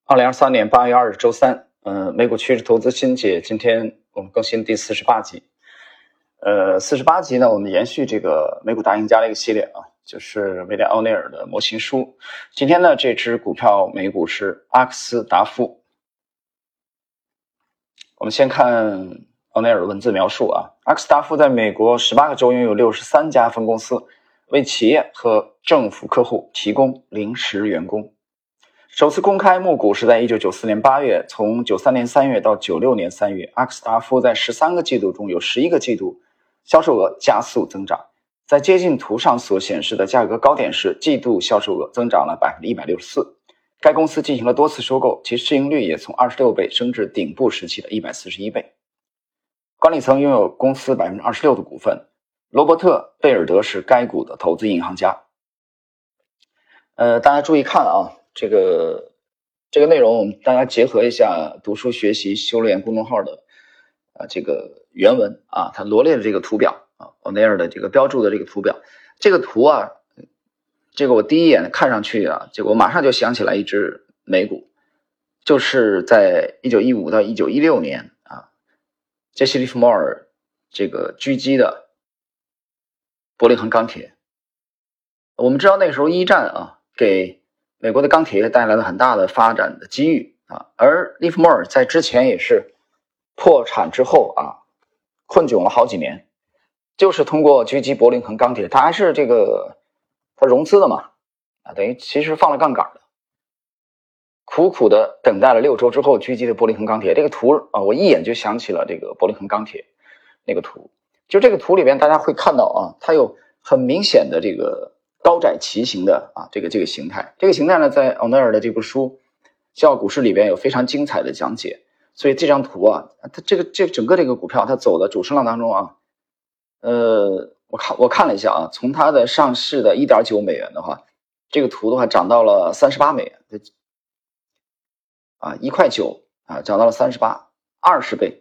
2023年8月2日周三，美股趋势投资新解，今天我们更新第48集。48集呢，我们延续这个美股大赢家的一个系列啊，就是威廉·奥内尔的模型书。今天呢，这只股票美股是阿克斯达夫。我们先看奥内尔的文字描述啊，阿克斯达夫在美国18个州拥有63家分公司，为企业和政府客户提供临时员工。首次公开募股是在1994年8月，从93年3月到96年3月，阿克斯达夫在13个季度中有11个季度销售额加速增长。在接近图上所显示的价格高点时，季度销售额增长了 164%。该公司进行了多次收购，其市盈率也从26倍升至顶部时期的141倍。管理层拥有公司 26% 的股份，罗伯特·贝尔德是该股的投资银行家。大家注意看啊，这个内容我们大家结合一下读书学习修炼公众号的这个原文啊，它罗列的这个图表啊，奥内尔的这个标注的这个图表，这个图啊，这个我第一眼看上去啊，结果我马上就想起来一只美股，就是在1915到1916年啊，杰西·利弗莫尔这个狙击的伯令恒钢铁。我们知道那个时候一战啊，给美国的钢铁业带来了很大的发展的机遇啊，而利弗莫尔在之前也是破产之后啊，困窘了好几年，就是通过狙击伯令恒钢铁，他还是他融资的嘛，啊，等于其实放了杠杆的，苦苦的等待了6周之后狙击的伯令恒钢铁。这个图啊，我一眼就想起了这个伯令恒钢铁那个图，就这个图里边大家会看到啊，它有很明显的这个高窄齐形的啊这个形态。这个形态呢，在奥内尔的这部书《笑傲股市》里边有非常精彩的讲解。所以这张图啊，它整个这个股票它走的主升浪当中啊，我看了一下啊，从它的上市的 1.9 美元的话，这个图的话涨到了38美元啊，1.9块啊，涨到了38，20倍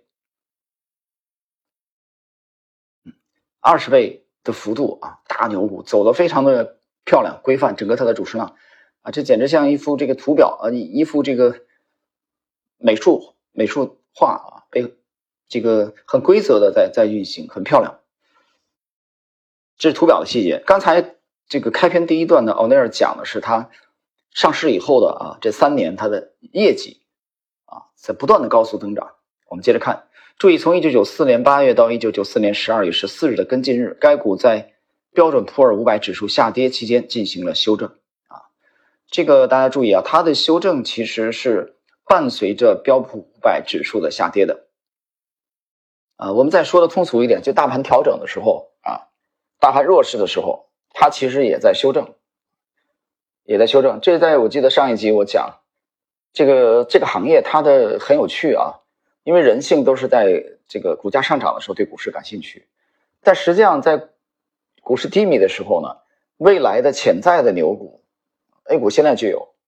，20倍的幅度啊，大牛股走得非常的漂亮规范，整个它的主升浪啊，这简直像一幅这个图表啊，一幅这个美术画啊，被这个很规则的在运行，很漂亮。这是图表的细节。刚才这个开篇第一段呢，奥内尔讲的是他上市以后的啊这3年他的业绩啊在不断的高速增长。我们接着看，注意从1994年8月到1994年12月14日的跟进日，该股在标准普尔500指数下跌期间进行了修正啊。这个大家注意啊，它的修正其实是伴随着标普500指数的下跌的啊。我们再说的通俗一点，就大盘调整的时候啊，大盘弱势的时候，它其实也在修正，这在我记得上一集我讲这个行业它的很有趣啊，因为人性都是在这个股价上涨的时候对股市感兴趣，但实际上在股市低迷的时候呢，未来的潜在的牛股 A 股现在就有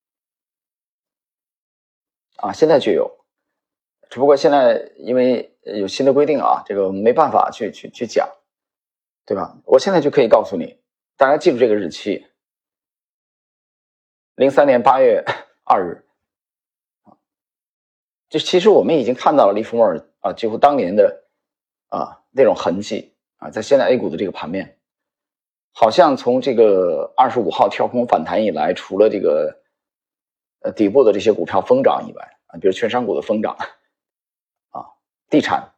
啊，只不过现在因为有新的规定啊，这个没办法去讲，对吧？我现在就可以告诉你，大家记住这个日期，03年8月2日。这其实我们已经看到了利弗莫尔啊，几乎当年的啊那种痕迹啊，在现在 A 股的这个盘面，好像从这个25号跳空反弹以来，除了这个底部的这些股票疯涨以外啊，比如券商股的疯涨啊，地产，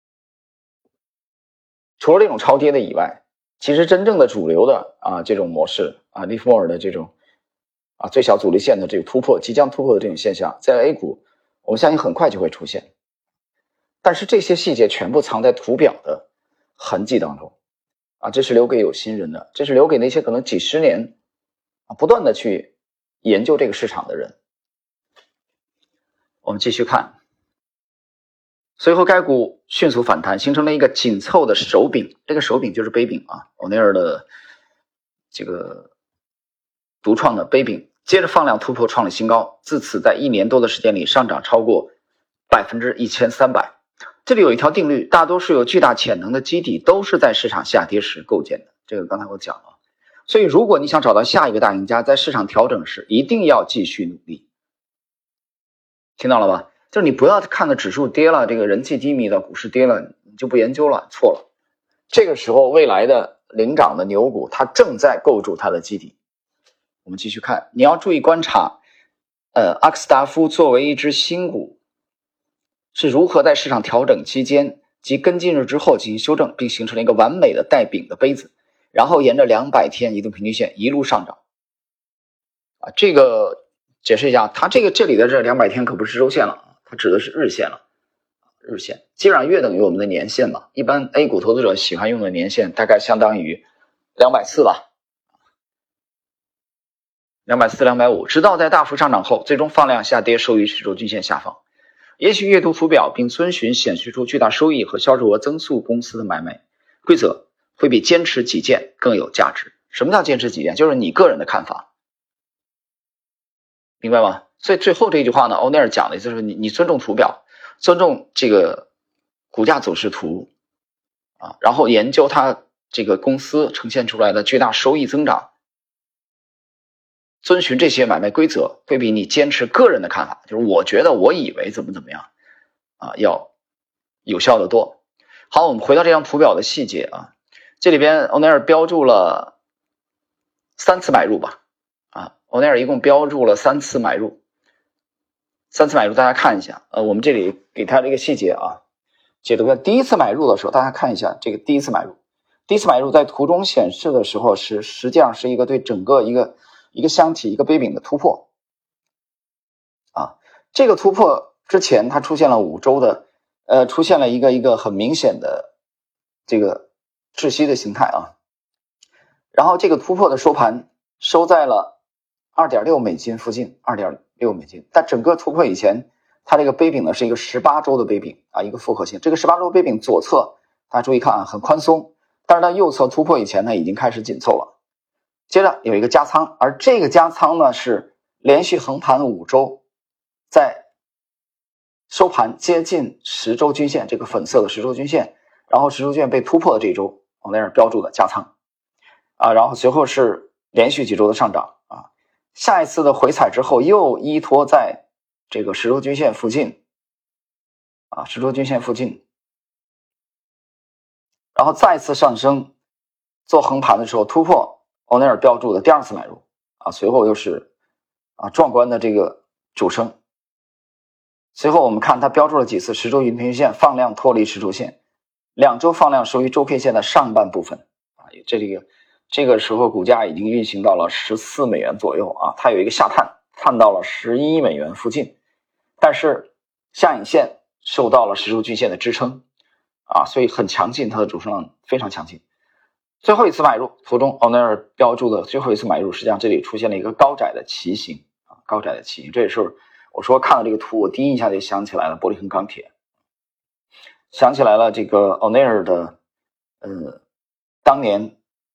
除了这种超跌的以外，其实真正的主流的啊这种模式啊，利弗莫尔的这种啊最小阻力线的这个突破，即将突破的这种现象，在 A 股我们相信很快就会出现，但是这些细节全部藏在图表的痕迹当中啊，这是留给有心人的，这是留给那些可能几十年啊不断的去研究这个市场的人。我们继续看，随后该股迅速反弹，形成了一个紧凑的手柄，这个手柄就是杯柄啊，欧内尔的这个独创的杯柄，接着放量突破创了新高，自此在1年多的时间里上涨超过 1300%。 这里有一条定律，大多数有巨大潜能的基底都是在市场下跌时构建的，这个刚才我讲了。所以如果你想找到下一个大赢家，在市场调整时一定要继续努力。 听到了吧？就是你不要看的指数跌了，这个人气低迷的股市跌了，你就不研究了，错了。这个时候未来的领涨的牛股，它正在构筑它的基底。我们继续看，你要注意观察，阿克斯达夫作为一只新股，是如何在市场调整期间及跟进日之后进行修正，并形成了一个完美的带柄的杯子，然后沿着200天移动平均线一路上涨。这个解释一下，它这里的这200天可不是周线了，它指的是日线了。日线基本上约等于我们的年线吧，一般 A 股投资者喜欢用的年线大概相当于240吧，240、250，直到在大幅上涨后，最终放量下跌，收于10周均线下方。也许阅读图表并遵循显示出巨大收益和销售额增速公司的买卖规则，会比坚持己见更有价值。什么叫坚持己见？就是你个人的看法，明白吗？所以最后这句话呢，欧内尔讲的就是你尊重图表，尊重这个股价走势图啊，然后研究它这个公司呈现出来的巨大收益增长，遵循这些买卖规则，会比你坚持个人的看法，就是我觉得我以为怎么样啊，要有效的多。好，我们回到这张图表的细节啊，这里边欧内尔标注了3次买入吧，欧内尔一共标注了3次买入，3次买入大家看一下，我们这里给他这个细节啊，解读一下。第一次买入的时候，大家看一下这个第一次买入在图中显示的时候实际上是一个对整个一个箱体一个杯柄的突破啊，这个突破之前它出现了5周的出现了一个很明显的这个窒息的形态啊，然后这个突破的收盘收在了2.6美金附近，2.6美金，但整个突破以前它这个杯柄呢是一个18周的杯柄啊，一个复合型。这个18周杯柄左侧大家注意看啊，很宽松，但是它右侧突破以前呢已经开始紧凑了。接着有一个加仓，而这个加仓呢是连续横盘5周，在收盘接近10周均线，这个粉色的10周均线，然后10周均线被突破的这一周，我在这儿标注的加仓啊，然后随后是连续几周的上涨啊，下一次的回踩之后又依托在这个10周均线附近啊，10周均线附近，然后再次上升，做横盘的时候突破欧内尔标注的第2次买入啊，随后又是壮观的这个主升。随后我们看它标注了几次10周移动平均线放量脱离10周线，2周放量收于周 K 线的上半部分啊，这个时候股价已经运行到了14美元左右啊，它有一个下探到了11美元附近，但是下影线受到了10周均线的支撑啊，所以很强劲，它的主升浪非常强劲。最后一次买入，图中欧内尔标注的最后一次买入，实际上这里出现了一个高窄的旗形啊，高窄的旗形，这也是我说看到这个图，我第一印象就想起来了玻璃恒钢铁，想起来了这个欧内尔的当年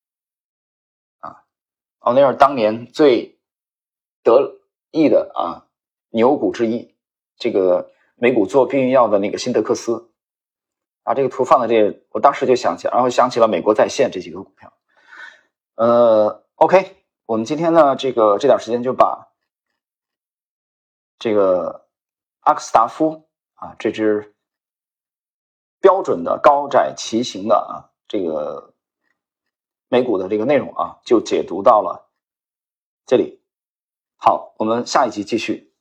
欧内尔当年最得意的牛股之一，这个美股做避孕药的那个辛德克斯这个图放在这，我当时就想起来，然后想起了美国在线这几个股票。OK， 我们今天呢这点时间就把这个阿克斯达夫这只标准的高窄旗形的这个美股的这个内容就解读到了这里。好，我们下一集继续。